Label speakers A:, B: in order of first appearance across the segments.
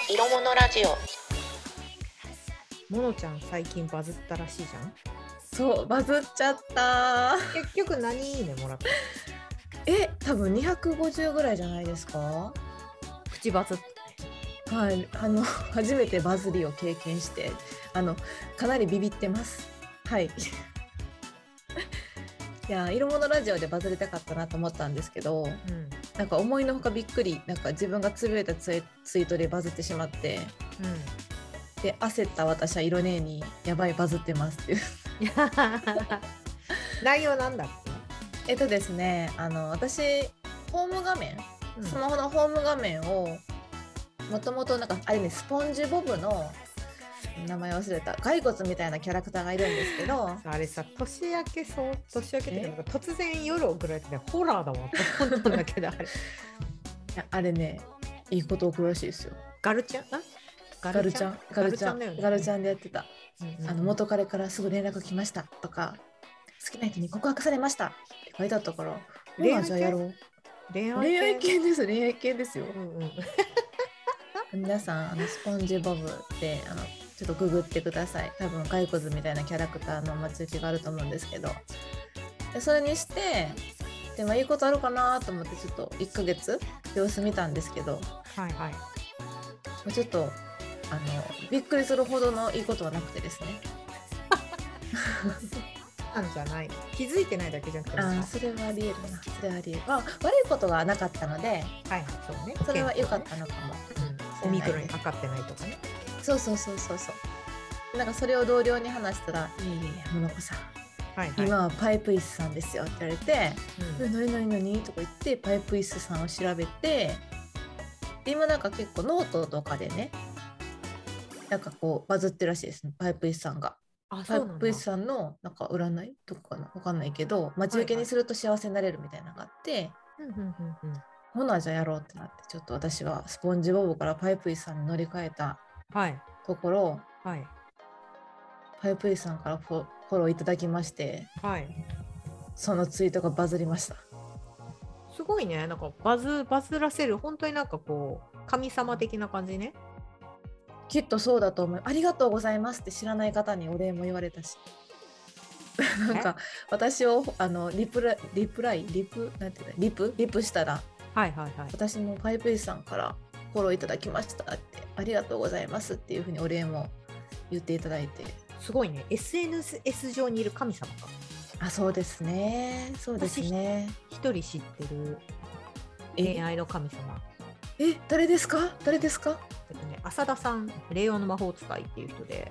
A: 色物ラジオ。
B: モノちゃん最近バズったらしいじゃん。
C: そうバズっちゃった
B: 結局何いいねもらった？
C: 多分250ぐらいじゃないですか。
B: プチバズっ
C: はい初めてバズりを経験してかなりビビってますはいいや色物ラジオでバズりたかったなと思ったんですけど、なんか思いのほかびっくり、なんか自分がつぶやいたツイートでバズってしまって、で焦った私は色姉にやばいバズってますっていう
B: 内容なんだっ
C: ですね、私ホーム画面、
B: け？
C: スマホのホーム画面をもともとなんかあれね、スポンジボブの名前忘れた骸骨みたいなキャラクターがいるんですけど
B: あれさ、年明けっていうか突然夜送られててホラーだわって思ったんだけど、あれ
C: いやあれね、いいこと送るらしいですよ。
B: ガルちゃん
C: ガルちゃん
B: だよね。
C: ガルちゃんでやってた、
B: うん
C: 元彼からすぐ連絡来ましたとか、好きな人に告白されましたって書いてあったから、
B: 恋愛系
C: じゃあやろう。
B: 恋
C: 恋愛系ですよ、
B: うんうん、
C: 皆さんスポンジボブでちょっとググってください。多分骸骨みたいなキャラクターの待ち受けがあると思うんですけど、でそれにしてでもいいことあるかなと思ってちょっと1ヶ月様子見たんですけど、も
B: はいはい。
C: うちょっとびっくりするほどのいいことはなくてですね
B: なんじゃない、気づいてないだけじゃなくてさ。
C: それはありえるな。それはありえる。悪いことがなかったので、
B: はいはい、そうね。
C: それは良かったのかも。
B: オミクロンにかかってないとかね。
C: そうなんかそれを同僚に話したら、いえいえモノコさん、
B: はいはい、
C: 今はパイプ椅子さんですよって言われて、何とか言ってパイプ椅子さんを調べて、で今なんか結構ノートとかでね、なんかこうバズってるらしいですね、パイプ椅子さんが。
B: あ、
C: パイプ椅子さんのなんか占いとかかな、わかんないけど、待ち受けにすると幸せになれるみたいなのがあって、ほなじゃあやろうってなって、ちょっと私はスポンジボブからパイプ椅子さんに乗り換えたところ、パイプ椅子さんからフォローいただきまして、そのツイートがバズりました。
B: すごいね。なんかバズらせる、本当になんかこう神様的な感じね。
C: きっとそうだと思う。ありがとうございますって知らない方にお礼も言われたしなんか私をリプしたら、私もパイプ椅子さんからフォローいただきましたって、ありがとうございますっていうふうにお礼も言っていただいて、
B: すごいね。 SNS 上にいる神様か。
C: そうですね。
B: 一人知ってる恋愛の神様。
C: 誰ですか？
B: 浅田さん、令和の魔法使いっていう人で。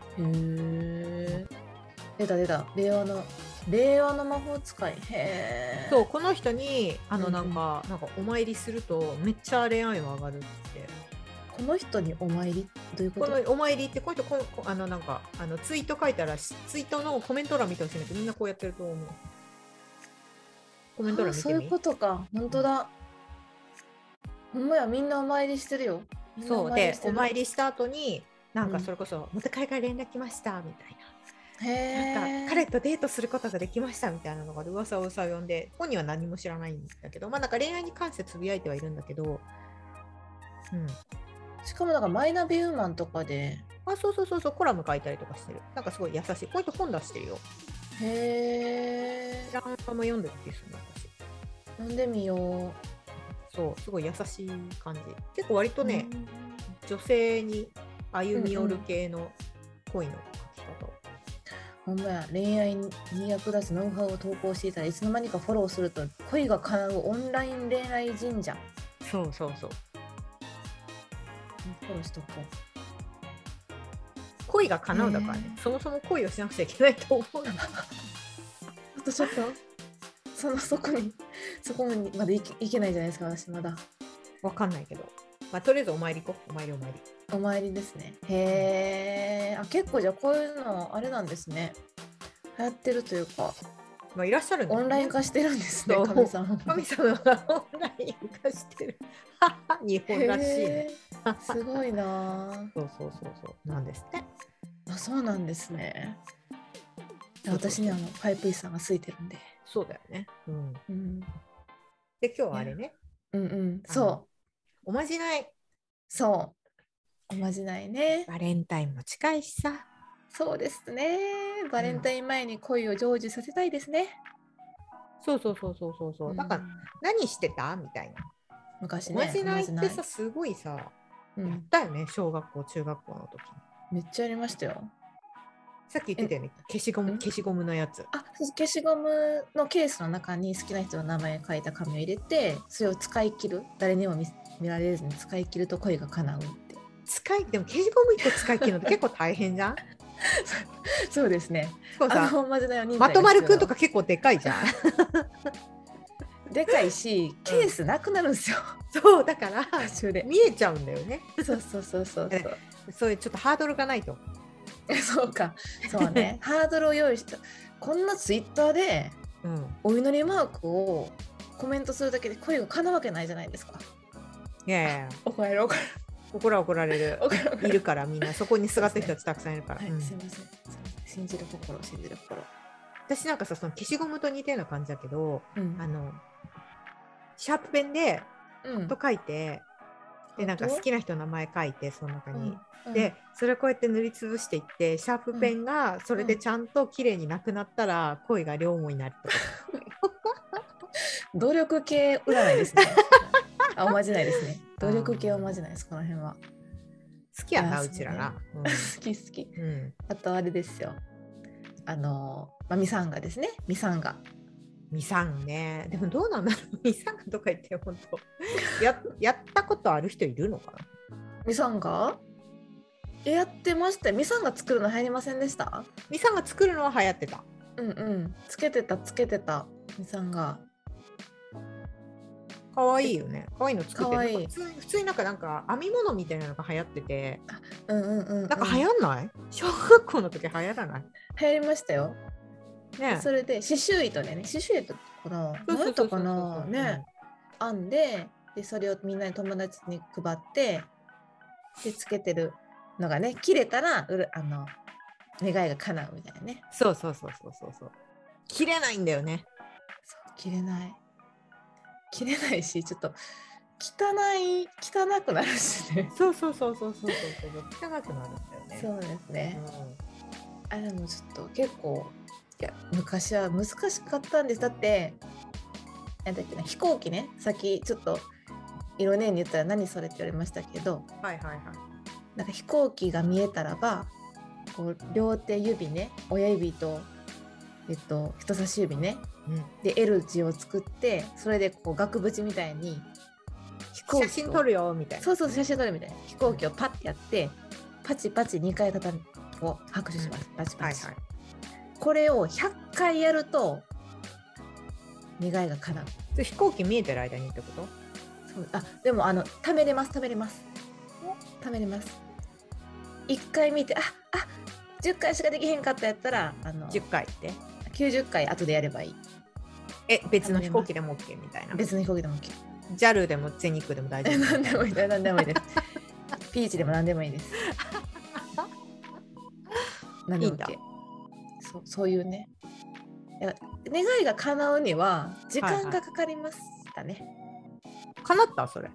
C: 出た令和の魔法使い。
B: そう、この人になんかお参りするとめっちゃ恋愛は上がるって。
C: この人にお参り、どういうこと？
B: このお参りって、この人なんかツイート書いたら、ツイートのコメント欄見てほしいんだけど、みんなこうやってると思う。コメント欄見てみ。
C: そういうことか。本当だ。ほんまや、みんなお参りしてるよ。
B: そうで、お参りした後になんかそれこそ元彼から連絡来ましたみたいな、なんか彼とデートすることができましたみたいなのが噂を呼んで、本人は何も知らないんだけど、なんか恋愛に関してつぶやいてはいるんだけど、
C: しかもなんかマイナビウーマンとかで、
B: そうコラム書いたりとかしてる。なんかすごい優しい。こういう人本出してるよ。知らんまま読んでるっていう人も私
C: 読んでみよう。
B: そう、すごい優しい感じ。結構割とね、女性に歩み寄る系の恋の書き方を。
C: ほんまや、恋愛に役立つノウハウを投稿していたらいつの間にかフォローすると恋が叶うオンライン恋愛神社。
B: そう。
C: フォローしとこう。
B: 恋が叶うだからね。そもそも恋をしなくちゃいけないと思う。
C: ちょっとそこにまでいけないじゃないですか、私まだ。
B: わかんないけど。とりあえずお参り行こう。
C: お参りですね。結構じゃあこういうのあれなんですね。流行ってるというか、
B: いらっしゃるんですね。
C: オンライン化してるんですね。
B: 神様がオンライン化してる。日本らしいね。
C: すごいな。
B: そうなんですね。
C: そうなんですね。私にパイプ椅子さんがついてるんで。
B: そうだよね。で今日はあれね。
C: そう。
B: おまじない。
C: そう。 おまじないね。
B: バレンタインも近いしさ。
C: そうですね。バレンタイン前に恋を成就させたいですね。
B: そうそうそうそうそうそう。だから何してたみたいな。
C: 昔ね。
B: おまじないってさ、すごいさ、やったよね、小学校、中学校の時。
C: めっちゃやりましたよ。
B: さっき言ってたよね、消しゴムのやつ。
C: 消しゴムのケースの中に好きな人の名前書いた紙を入れて、それを使い切る。誰にも見られずに使い切ると恋が叶うって。
B: でも消しゴム1個使い切るのって結構大変じゃん。
C: そうですね。
B: まとまるくんとか結構でかいじゃん。
C: でかいし、ケースなくなるんですよ。
B: そうだから見えちゃうんだよね。
C: そう
B: そういうちょっとハードルがないと。
C: そうか、そうね。ハードルを用意した。こんなツイッターでお祈りマークをコメントするだけで恋が叶うわけないじゃないですか。
B: いやいや
C: 怒られる。
B: いるからみんなそこにすがってる人たちたくさんいるから。
C: すいません。信じる心。
B: 私なんかさ、その消しゴムと似たような感じだけど、シャープペンでと書いて、でなんか好きな人の名前書いてその中に、でそれをこうやって塗りつぶしていって、シャープペンがそれでちゃんと綺麗になくなったら恋が両思いになるとか。
C: 努力系占いですね。おまじないですね。努力系おまじないです、この辺は。
B: 好きやな、うちらな。
C: 好き。あとあれですよ。ミサンガですね。ミサンガね。でもどうなんだろう。ミサンガとか言って本当やったことある人いるのかな。 ミサンガやってました。ミサンガ作るの流行りませんでした？
B: ミサンガ作るのは流行ってた。
C: つけてたミサンガ。
B: かわいいよね。かわいいの作ってる。普通になんか編み物みたいなのが流行ってて。なんか流行んない？小学校の時流行らない？
C: 流行りましたよ。
B: ね、
C: それで刺繍糸でね、刺繍糸かな、何とかなね、編んで、それをみんなに友達に配って、でつけてるのがね、切れたら願いが叶うみたいなね。
B: そう。切れないんだよね。
C: 切れないし、ちょっと汚くなるしね。
B: そう汚くなるんだよね。
C: そうですね。でもちょっと結構昔は難しかったんです。だってなんだっけな、飛行機ね、さっきちょっと色ねに言ったら何それって言われましたけど、なんか飛行機が見えたらばこう両手指ね、親指と人差し指ね、で L 字を作って、それでこう額縁みたいに
B: 写真撮るよみたいな。
C: そう写真撮るみたいな。飛行機をパッてやってパチパチ2回叩く、こう拍手します。パチパチ。これを100回やると願いが叶う。
B: 飛行機見えてる間にってこと？
C: でも貯めれます。1回見て10回しかできへんかったやったら
B: 10回って
C: 90回後でやればいい。
B: 別の飛行機でも OK みたいな。
C: 別の飛行機でも OK。
B: JAL でも全日空でも大丈夫。
C: 何でもいいです。ピーチでも何でもいいです。何でも OK。そういうね、願いが叶うには時間がかかりましたね。
B: 叶ったそれ。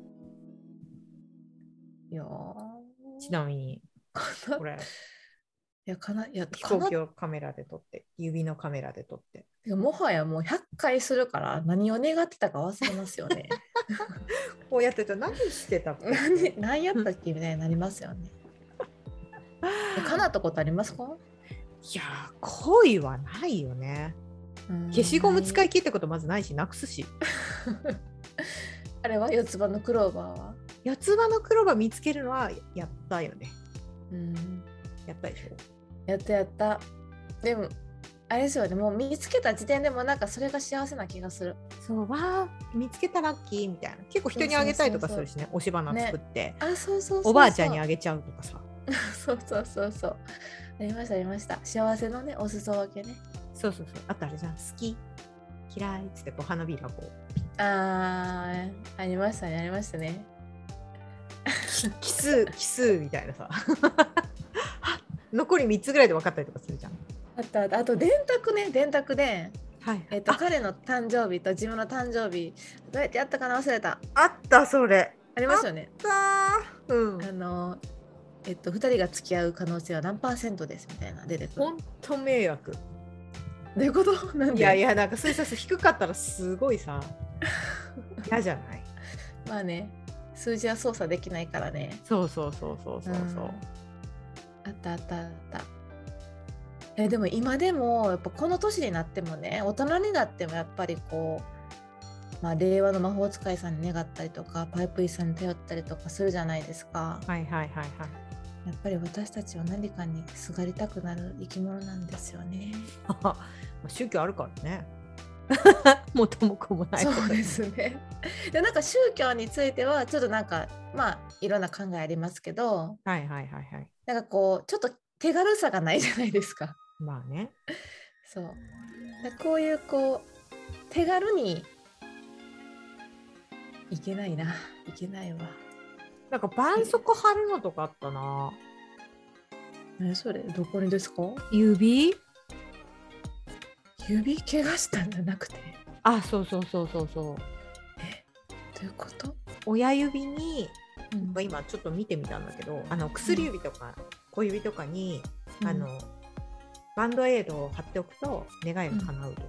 C: いや
B: ちなみにこれ飛行機をカメラで撮って、指のカメラで撮って。
C: もはやもう100回するから何を願ってたか忘れますよね。
B: こうやってた何してたっけ
C: 何やったっけみたいになりますよね。叶ったことありますか？
B: いや恋はないよね。消しゴム使い切ったことまずないし、なくすし。
C: あれは四つ葉のクローバーは？
B: 四つ葉のクローバー見つけるのはやったよね。やったでしょ？
C: やった。でもあれですよね、もう見つけた時点でもなんかそれが幸せな気がする。
B: そうわ見つけたラッキーみたいな。結構人にあげたりとかするしね、押し花作って、おばあちゃんにあげちゃうとかさ。
C: そうありました。幸せのね、お裾分けね。
B: そうあとあれじゃん、好き嫌いっつってこう花びらこう
C: ありましたね。
B: 奇数みたいなさ。残り3つぐらいで分かったりとかするじゃん。
C: あと電卓で、彼の誕生日と自分の誕生日どうやってやったかな忘れた。
B: あったそれ。
C: ありますよね。 2人が付き合う可能性は何%ですみたいな出てくる。
B: ほんと迷惑。
C: どういうこと？なんで？
B: いやなんかそういうさ低かったらすごいさ嫌じゃない？
C: まあね、数字は操作できないからね。
B: そう、
C: あった。でも今でもやっぱこの年になってもね、大人になってもやっぱりこう、まあ、令和の魔法使いさんに願ったりとかパイプ椅子さんに頼ったりとかするじゃないですか。
B: はい。
C: やっぱり私たちは何かにすがりたくなる生き物なんですよね。
B: 宗教あるからね。元も子もない。
C: そうですね。でなんか宗教についてはちょっとなんかまあいろんな考えありますけど、
B: はい。
C: なんかこうちょっと手軽さがないじゃないですか。
B: まあね。
C: そうでこういうこう手軽にいけないわ。
B: なんか絆創膏貼るのとかあったな。
C: それどこにですか？
B: 指
C: 怪我したんじゃなくて？
B: あ、そう。
C: どういうこと？
B: 親指に、今ちょっと見てみたんだけど、薬指とか小指とかに、バンドエイドを貼っておくと願いが叶うとか。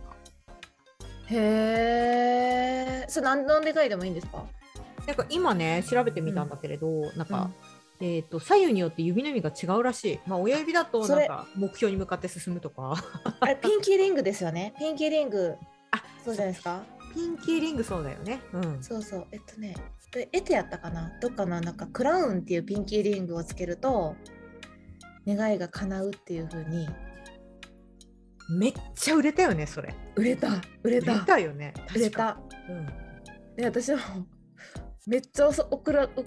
C: へえ。それ何の願いでもいいんですか？
B: なんか今ね調べてみたんだけれど、なんか、左右によって指の意味が違うらしい。まあ親指だとなんか目標に向かって進むとか。
C: あれピンキーリングですよね。ピンキーリング。そうじゃないですか。
B: ピンキーリングそうだよね。
C: そうエテやったかな、どっかのなんかクラウンっていうピンキーリングをつけると願いが叶うっていう風に。
B: めっちゃ売れたよねそれ。
C: 売れた
B: よね。
C: 売れた。で私はめっちゃ後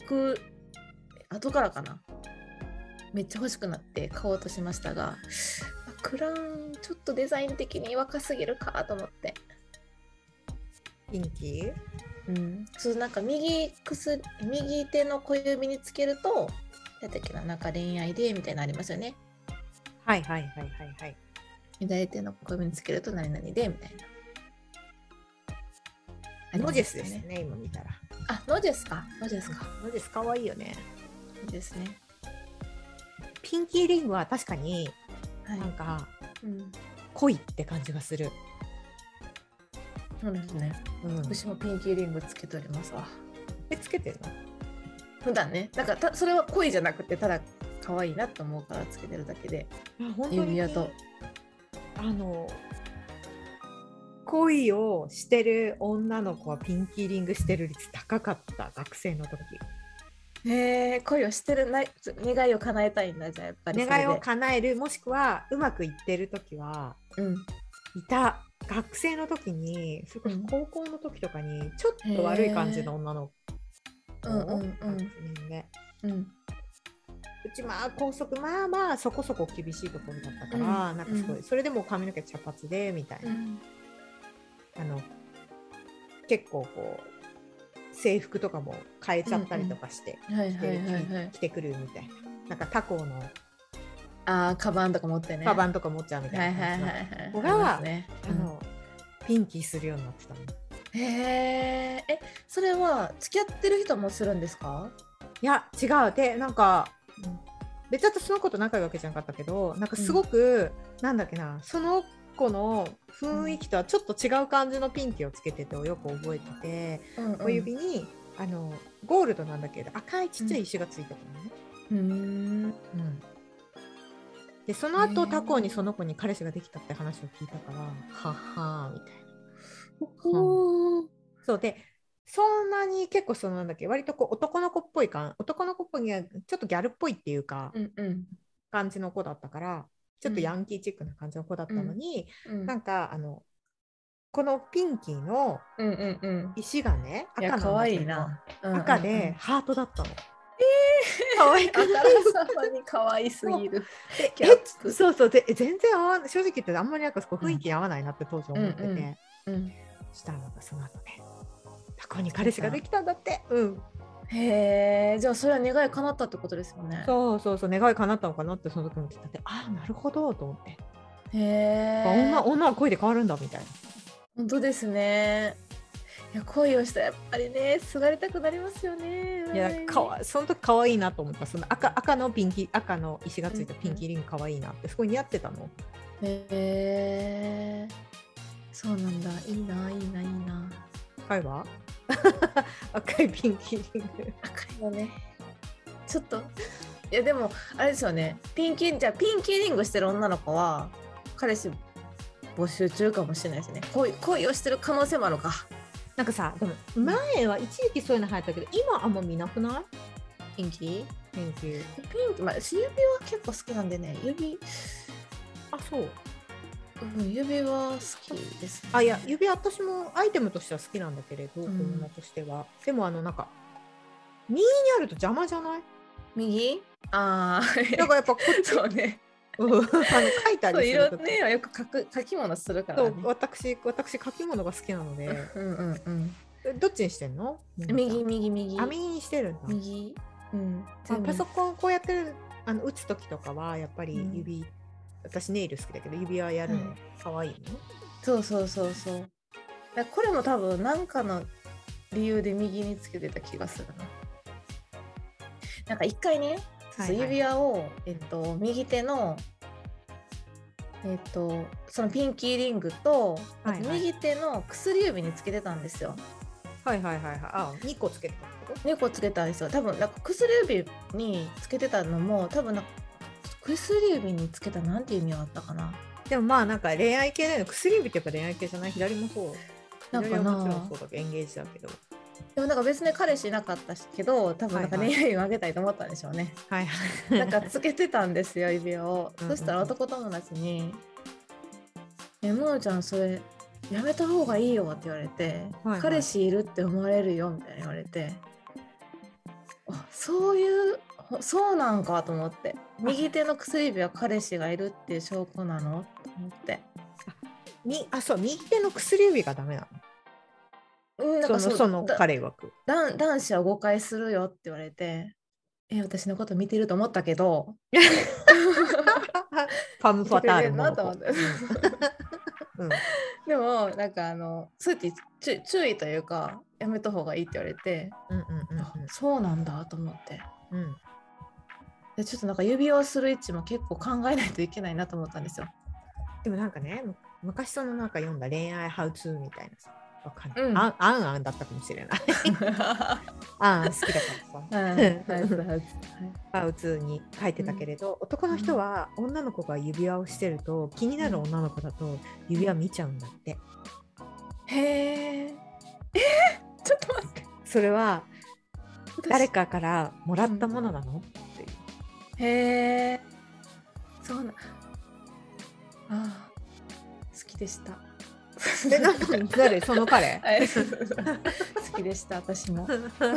C: からかな、めっちゃ欲しくなって買おうとしましたが、クラウンちょっとデザイン的に若すぎるかと思って。
B: ピンキ
C: ー？そうなんか右手の小指につけるとなんか恋愛でみたいなのありますよね。
B: はい。
C: 左手の小指につけると何々でみたいな。
B: ノジェスですね今見たら。
C: ノジェスか。ノジェス
B: かわいいよね。
C: ですね。
B: ピンキーリングは確かになんか、濃いって感じがする。
C: そうですね。私もピンキーリングつけておりますわ。
B: つけてるの？
C: 普段ね。なんかそれは濃いじゃなくてただ可愛いなと思うからつけてるだけで。
B: 本当に指輪と恋をしてる女の子はピンキーリングしてる率高かった、学生の時。
C: 恋をしてる願いを叶えたいんだ。じゃあやっぱり
B: 願いを叶える、もしくはうまくいってる時はいた。学生の時に、それこそ高校の時とかにちょっと悪い感じの女の子、うち高速まあそこそこ厳しいところだったから、なんかすごいそれでも髪の毛茶髪でみたいな、結構こう制服とかも変えちゃったりとかして着てくるみたいな、なんか他校の
C: カバンとか持ってね、
B: カバンとか持っちゃうみたいな感じの子がピンキーするようになってたの。
C: それは付き合ってる人もするんですか？
B: いや違う。でなんか別にその子と仲良いわけじゃなかったけど、なんかすごく、なんだっけな、その子の雰囲気とはちょっと違う感じのピンキーをつけててよく覚えてて、小指にゴールドなんだけど赤いちっちゃい石がついてたのね。でその後他校にその子に彼氏ができたって話を聞いたから、はっはーみたいな。そうで、そんなに結構なんだっけ、割とこう男の子っぽいにはちょっとギャルっぽいっていうか、感じの子だったから、ちょっとヤンキーチックな感じの子だったのに、なんかこのピンキーの石がね、赤なんだけど、赤でハートだったの。可愛くない？
C: 可愛すぎる。
B: そうで全然合わない。正直言ってあんまりなんか雰囲気合わないなって当時思ってて、したらなんかその後ね、過去に彼氏ができたんだって。
C: じゃあそれは願い叶ったってことですよね。
B: そう願い叶ったのかなってその時も聞いて、なるほどと思って。女は恋で変わるんだみたいな。
C: 本当ですね。いや恋をしたらやっぱりねすがりたくなりますよね。
B: いやその時可愛いなと思った。その赤の石がついたピンキーリング可愛いなってすごい似合ってたの。
C: そうなんだ。いいな。
B: 赤いわ赤いピンキーリング。
C: 赤いのね。ちょっといやでもあれですよね。ピンキーリングしてる女の子は彼氏募集中かもしれないですね。恋をしてる可能性もあるか。
B: なんかさ、でも前は一時期そういうの流行ったけど、今あんま見なくない？
C: ピンキー、
B: まあ、
C: 指は結構好きなんでね。
B: そう。
C: 指は好きですね。
B: いや指私もアイテムとしては好きなんだけれど、女としては。でもなんか右にあると邪魔じゃない？
C: 右？だ
B: からやっぱこっち
C: そうね。
B: 書いたりすると
C: ねよく書き物するからね。
B: 私書き物が好きなので。どっちにしてんの？
C: 右。
B: 右にしてるんだ。
C: 右。
B: パソコンこうやってる打つ時とかはやっぱり指、私ネイル好きだけど指輪やるの可愛いの？
C: そう。これも多分何かの理由で右につけてた気がするな。なんか一回ね、指輪を、右手のそのピンキーリングと、右手の薬指につけてたんですよ。
B: 2個つけてたってこと？
C: 2 個つけたんですよ。多分なんか薬指につけてたのも多分なんか薬指につけたなんていう意味があったかな。
B: でもまあなんか恋愛系だよ。薬指ってやっぱ恋愛系じゃない？左もそう。左はもちろんそうだけどエンゲージだけど。
C: でもなんか別に彼氏いなかったけど多分なんか恋愛をあげたいと思ったんでしょうね。なんかつけてたんですよ指輪を。そしたら男友達に「ものちゃんそれやめた方がいいよ」って言われて、彼氏いるって思われるよみたいに言われて、そうなんかと思って、右手の薬指は彼氏がいるっていう証拠なのと思って。
B: そう右手の薬指がダメなの？なんかその彼曰く
C: 男子は誤解するよって言われて、私のこと見てると思ったけど
B: ファムファタールも
C: と思って、でもなんかそうやって注意というかやめた方がいいって言われて、そうなんだと思って、でちょっとなんか指輪をする位置も結構考えないといけないなと思ったんですよ。
B: でもなんかね、昔そのなんか読んだ恋愛ハウツーみたいなさ、わかんない。あんだったかもしれない。好きだからさ。ハウツーに書いてたけれど、男の人は女の子が指輪をしてると気になる女の子だと指輪見ちゃうんだって。
C: ちょっと待って。
B: それは誰かからもらったものなの？っていう。
C: そうな。好きでした。
B: 誰？その彼？
C: 好きでした私も。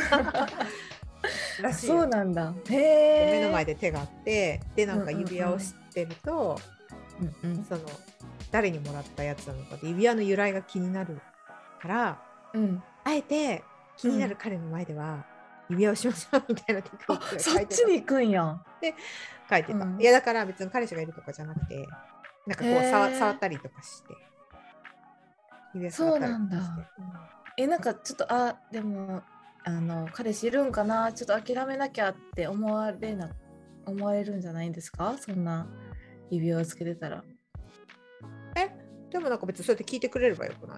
B: らしい。
C: そうなんだ。
B: 目の前で手があってでなんか指輪をしてると、その誰にもらったやつなのかで指輪の由来が気になるから、あえて気になる彼の前では指輪をしましょうみたいなテクニックで
C: そっちに行くんや。
B: で書いてた。いやだから別に彼氏がいるとかじゃなくて、なんかこう触ったりとかして。
C: そうなんだ。なんかちょっとでも彼氏いるんかな、ちょっと諦めなきゃって思われるんじゃないんですか？そんな指輪をつけてたら。
B: でもなんか別にそうやって聞いてくれればよくない？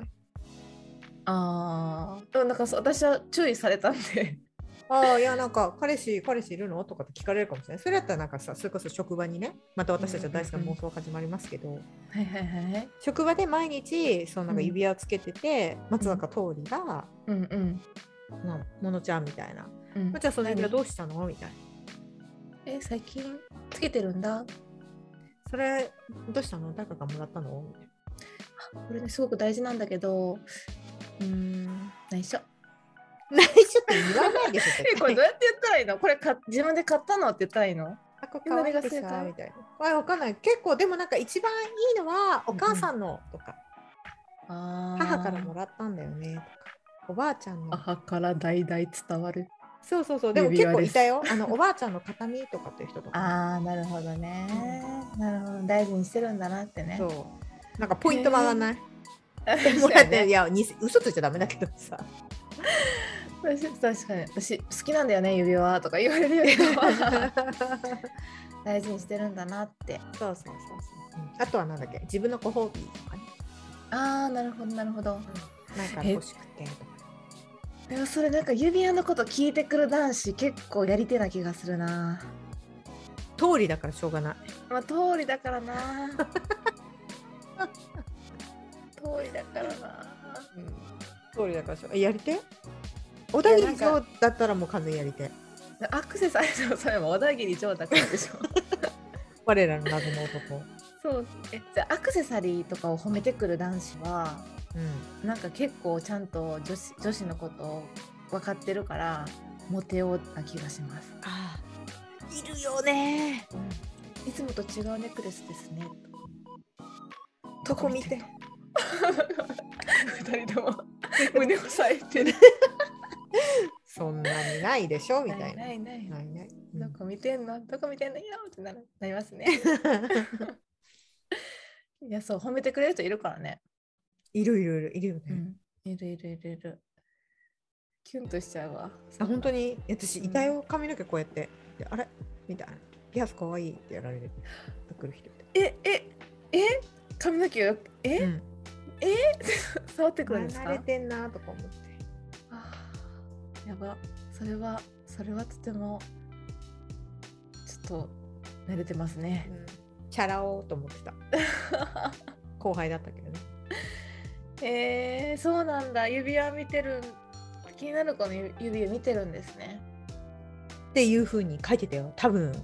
C: でもなんか私は注意されたんで
B: いやなんか彼氏いるのとかって聞かれるかもしれない。それだったらなんかさ、それこそ職場にね、また私たちは大好きな妄想始まりますけど、職場で毎日そのなんか指輪つけてて、松坂桃李がものちゃんみたいな、じゃあその指輪どうしたのみたい
C: な。最近つけてるんだ。
B: それどうしたの？誰かがもらったの？みたい
C: な。これねすごく大事なんだけど、内緒
B: って言わないでしょ。
C: これどうやって言ったらいいの？これ自分で買ったのって言ったらいいの？
B: 可愛いでしょみたいな。わかんない。結構でもなんか一番いいのはお母さんのとか、母からもらったんだよねとか、おばあちゃんの
C: 母から代々伝わる。
B: そうでも結構いたよ。おばあちゃんの形見とかっていう人とか。
C: なるほどね。なるほど、大事にしてるんだなってね。
B: そう。なんかポイント曲がんない？ もらって、いや嘘ついちゃダメだけどさ。
C: 確かに私好きなんだよね指輪とか言われるよりは大事にしてるんだなって。
B: そう、あとはなんだっけ、自分のご褒美とかね。
C: ああ、なるほどなるほど。
B: なんか欲しくてとか。
C: でもそれなんか指輪のこと聞いてくる男子結構やり手な気がするな。
B: 通りだからしょうがない。
C: まあ通りだからな通りだからな、
B: 通りだからしょうがない。やり手？小田切城だったらもう完全にやり手。
C: アクセサリーのそれも小田切城だからでしょ
B: 我らの謎の男。
C: そうじゃあアクセサリーとかを褒めてくる男子は、なんか結構ちゃんと女子のことを分かってるからモテような気がします。
B: ああ、いるよね、
C: いつもと違うネックレスですね。どこ見て2人とも胸を押さえてる
B: そんなにないでしょみたいな。
C: ないどこ見てんのよってなりますねいや、そう、褒めてくれる人いるからね。
B: いるよね、
C: いるキュンとしちゃうわ。
B: 本当に私いたよ、髪の毛こうやってあれみたいな、ピアスかわいいってやられる来る人
C: 髪の毛触ってくるんですか？
B: 慣れてんなとか思って、
C: やば、それはとてもちょっと慣れてますね、
B: チャラ男と思ってた後輩だったけど
C: ね。そうなんだ。指輪見てる、気になる子の指輪見てるんですね
B: っていう風に書いてたよ多分。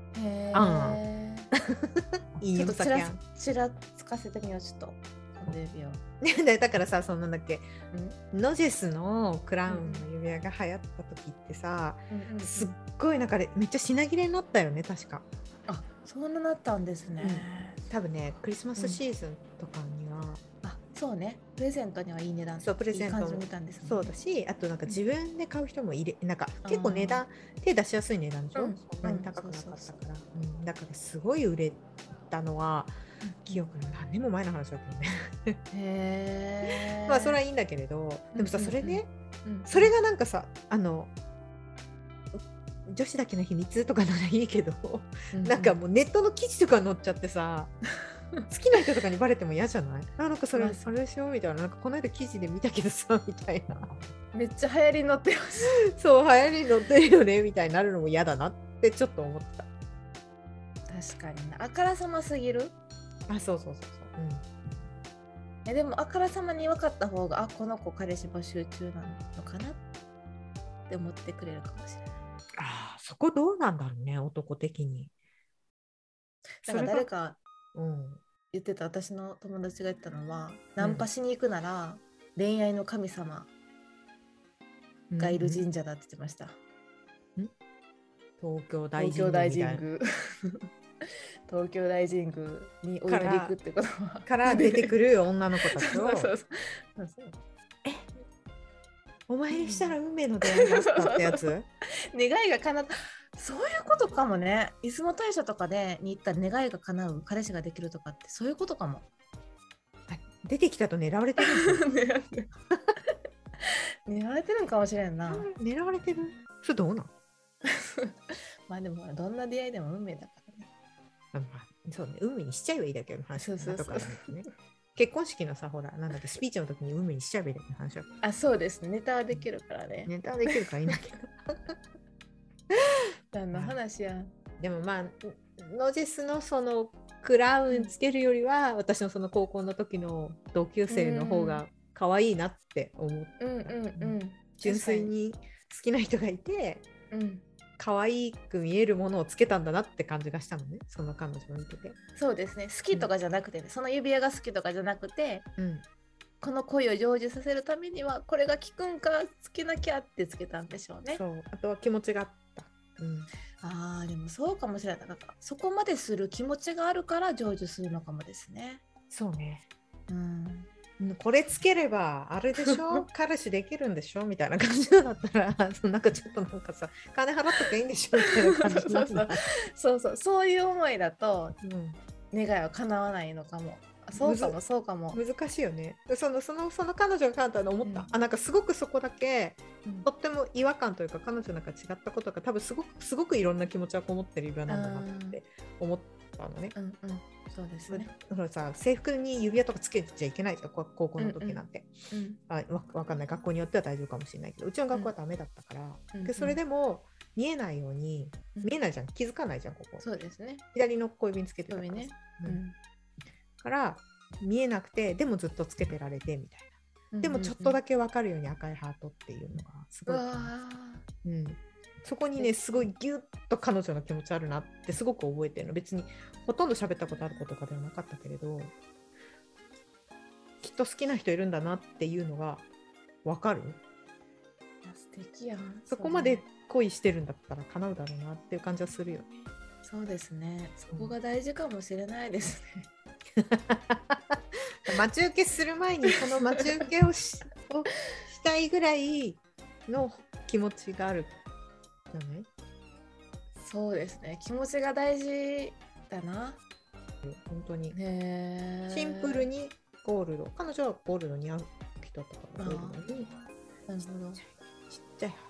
B: いいよ、
C: ちょっとちらつかせてみよう。ちょっと指
B: 輪だからさ、そんなんだっけ、ノジェスのクラウンの指輪が流行った時ってさ、すっごいなんかめっちゃ品切れになったよね確か。
C: あ、そんななったんですね、
B: 多分ねクリスマスシーズンとかには、
C: そうね、プレゼントにはいい値段、
B: そうプレゼントも
C: いい感じ見たんですもんね。
B: そうだし、あとなんか自分で買う人もなんか結構値段手出しやすい値段でしょ、そんなに高くなかったから、だからすごい売れたのは記憶の何年も前の話だけどねまあそれはいいんだけれど、でもさ、それね、それがなんかさ、女子だけの秘密とかならいいけど、なんかもうネットの記事とか載っちゃってさ好きな人とかにバレても嫌じゃない？なんかそれでしょみたいな、なんかこの間記事で見たけどさみたいな、
C: めっちゃ流行りに乗ってます。
B: そう流行りに乗ってるよねみたいになるのも嫌だなってちょっと思った。
C: 確かにな、あからさますぎる。
B: そう、
C: でもあからさまに分かった方が、この子彼氏募集中なのかなって思ってくれるかもしれない。
B: そこどうなんだろうね、男的に。
C: なんか誰か言ってた、私の友達が言ったのは、ナンパしに行くなら恋愛の神様がいる神社だって言ってました。
B: 東京大神宮
C: 東京大神宮にお祈り行くってことは
B: から出てくる女の子たちをお参りしたら運命の出会いがあったってやつ
C: 願いが叶った。そういうことかもね。出雲大社とかでに行ったら願いが叶う彼氏ができるとかってそういうことかも。
B: 出てきたと狙われてる
C: 狙われてるんかもしれんな。
B: 狙われてる？それどうなん
C: まあでもどんな出会いでも運命だからね。
B: そうね、運命にしちゃえばいいだけの話だからね。結婚式のさ、ほら、なんだっけ、スピーチの時に運命にしちゃえばいいだけの話だから。
C: そうですね、ネタはできるからね。
B: ネタはできるからいいんだけど。
C: 何の話や。
B: でもまあ、ノジェスのそのクラウンつけるよりは、私のその高校の時の同級生の方が可愛いなって思って、純粋に好きな人がいて、可愛く見えるものをつけたんだなって感じがしたのね、その彼女を見てて。
C: そうですね、好きとかじゃなくてね、その指輪が好きとかじゃなくて、この恋を成就させるためにはこれが効くんかつけなきゃってつけたんでしょうね。
B: そう、あとは気持ちがあった。
C: でもそうかもしれない。なんかそこまでする気持ちがあるから成就するのかもですね。
B: そうね。これつければあれでしょ彼氏できるんでしょみたいな感じだったらなんかちょっとなんかさ、金払っときゃいいんでしょみたいな感じなんだ。
C: そういう思いだと、願いは叶わないのかも。 そうかも
B: 難しいよね。その彼女が彼女の思った、なんかすごくそこだけ、とっても違和感というか、彼女なんか違ったことが多分すごくいろんな気持ちがこもってる指輪なんだなって思ったのね。
C: そうですね。
B: だからさ、制服に指輪とかつけちゃいけないじゃん、高校の時なんて。わかんない、学校によっては大丈夫かもしれないけど、うちの学校はダメだったから、でそれでも見えないように、見えないじゃん、気づかないじゃん、ここ。
C: そうですね。
B: 左の小指につけてたからね。から見えなくて、でもずっとつけてられてみたいな。でもちょっとだけ分かるように赤いハートっていうのがすごい、そこにね、すごいギュッと彼女の気持ちあるなってすごく覚えてるの。別にほとんど喋ったことあることかではなかったけれど、きっと好きな人いるんだなっていうのが分かる。
C: 素敵やん。
B: そこまで恋してるんだったら叶うだろうなっていう感じはするよね。
C: そうですね。そこが大事かもしれないですね。
B: 待ち受けする前にこの待ち受けをしたいぐらいの気持ちがあるじゃない？
C: そうですね。気持ちが大事だな。
B: 本当に。シンプルにゴールド。彼女はゴールドに合う人だったからゴールドに。
C: なるほど。
B: ちっちゃい。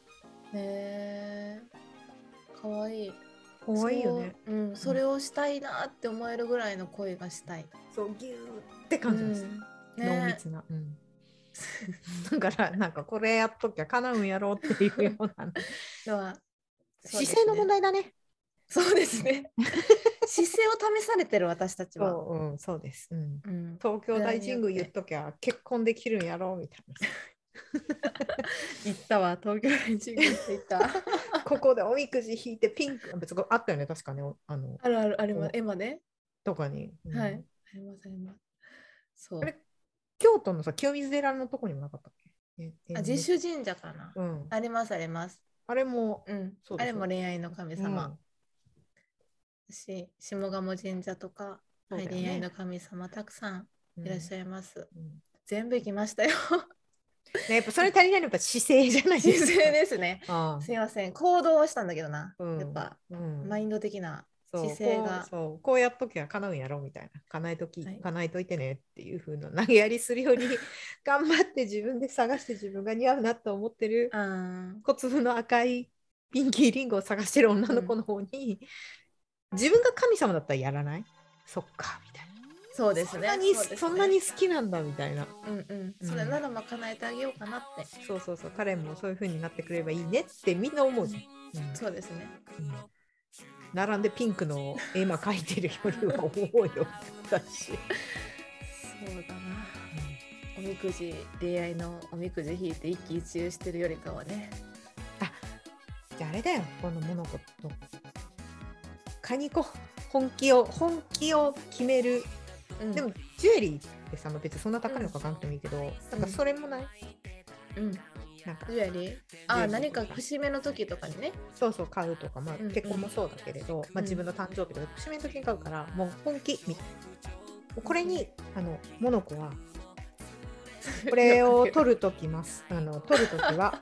C: かわいい。
B: かわいいよね。
C: それをしたいなって思えるぐらいの恋がしたい。
B: そうギューって感じです。濃密な。だからなんかこれやっときゃ叶うんやろうっていうようなのは姿勢の問題だね。
C: そうですね。姿勢を試されてる私たちは。
B: そうです。東京大神宮言っときゃ結婚できるんやろうみたいな。
C: 言ったわ、東京大神宮って言った。
B: ここでおみくじ引いてピンク、別にあったよね、確かね。
C: ある、絵馬ね。
B: とかに。
C: はい。あります。そう。
B: あれ、京都のさ、清水寺のとこにもなかったっけ？
C: 実修神社かな。あります。
B: あれも、
C: あれも恋愛の神様。下鴨神社とか、恋愛の神様たくさんいらっしゃいます。全部行きましたよ。
B: やっぱそれ足りないのは姿勢じゃないですか。
C: 姿勢ですね。すいません。行動はしたんだけどな。やっぱ、マインド的な姿勢が。
B: こうやっときゃ叶うんやろみたいな。叶えといてねっていう風な投げやりするより頑張って自分で探して自分が似合うなと思ってる小粒の赤いピンキーリンゴを探してる女の子の方に、自分が神様だったらやらない？そっかみたいな。
C: そうですね。
B: そんなに好きなんだみたいな。
C: それならまあ叶えてあげようかなって。
B: そう彼もそういう風になってくれればいいねってみんな思うじ
C: ゃん。そうですね。
B: 並んでピンクの絵馬描いてるよりは思うよ私。そう
C: だな。おみくじ、恋愛のおみくじ引いて一喜一憂してるよりかはね。
B: じゃああれだよ、このモノコとカニコ本気を決める。でもジュエリーってさ、別にそんな高いのかかなくてもいいけど、なんかそれもない？
C: なんかジュエリー？何か節目の時とかにね。
B: そう買うとか、結婚もそうだけれど、自分の誕生日とか節目の時に買うから、もう本気みたいな。これにモノコはこれを取るときは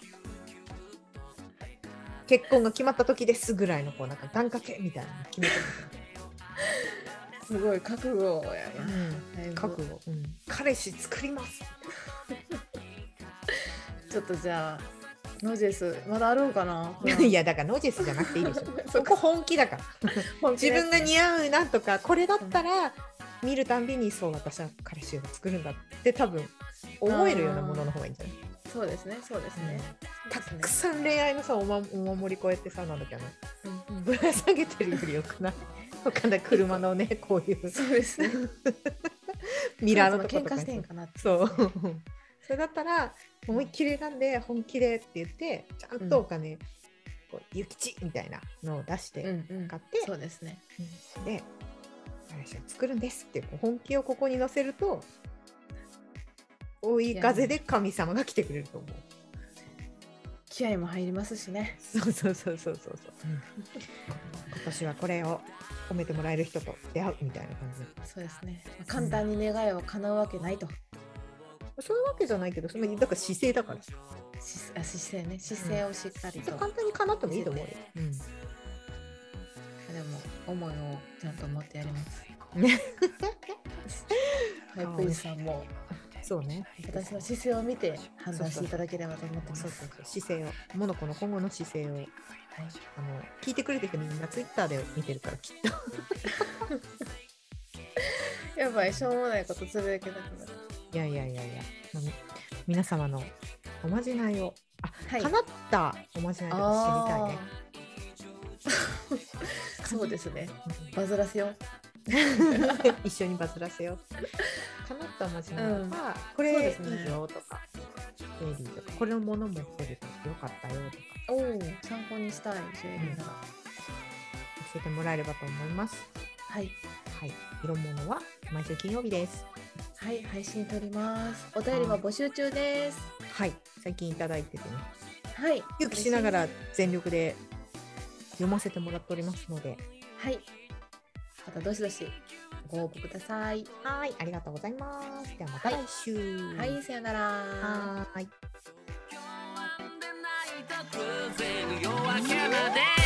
B: 結婚が決まった時ですぐらいのなんか願掛けみたいなの決めてる。
C: すごい覚悟やな。
B: 覚悟。彼氏作ります。
C: ちょっとじゃあノジェスまだあるんかな。
B: いやだからノジェスじゃなくていいでしょ。ここ本気だから自分が似合うなとか、これだったら見るたんびにそう私は彼氏を作るんだって多分思えるようなものの方がいいんじゃない？
C: そうですね。
B: たくさん恋愛のさお守りこうやってさなんだっけぶら下げてるよりよくない？わかんない、車のねこういう
C: そうですね。
B: ミラーのと
C: こ喧嘩してんかなって。
B: そうそれだったら思いっきり選んで本気でって言ってちゃんとお金、諭吉みたいなのを出して買って、
C: そうですね。
B: で彼氏を作るんですって本気をここに乗せると追い風で神様が来てくれると思う。
C: 気合も入りますしね。
B: そう。今年はこれを褒めてもらえる人と出会うみたいな感じ。
C: そうですね。簡単に願いは叶うわけないと。
B: そういうわけじゃないけど、だから姿勢だから。
C: 姿勢ね。姿勢をしっかりと。
B: 簡単に叶ってもいいと思うよ。
C: でも思いをちゃんと持ってやります。 パイプイさんも
B: そうね、
C: 私の姿勢を見て判断していただければと思ってます。
B: そう姿勢を、モノコの今後の姿勢を、はい、聞いてくれてる人みんなツイッターで見てるからきっ
C: とやばい、しょうもないことつぶやけなくなる。
B: いや、皆様のおまじないを
C: はい、
B: 叶ったおまじないとか知りたいね。
C: そうですね、バズらせよう
B: 一緒にバズらせよう。叶ったおまじないは、これいいよとか、ジュエリーとか、これのもの持ってるとよかったよとか、
C: 参考にしたいジュエリーなら、教
B: えてもらえればと思います。
C: はい、
B: 色物は毎週金曜日です。
C: はい、配信しております。お便りは募集中です。
B: はい、最近いただいててね、
C: はい、
B: 勇気しながら全力で読ませてもらっておりますので、
C: はい、またどしどしご応募ください。
B: はい、ありがとうございます。ではまた来週。
C: はい、さよなら。
B: はい。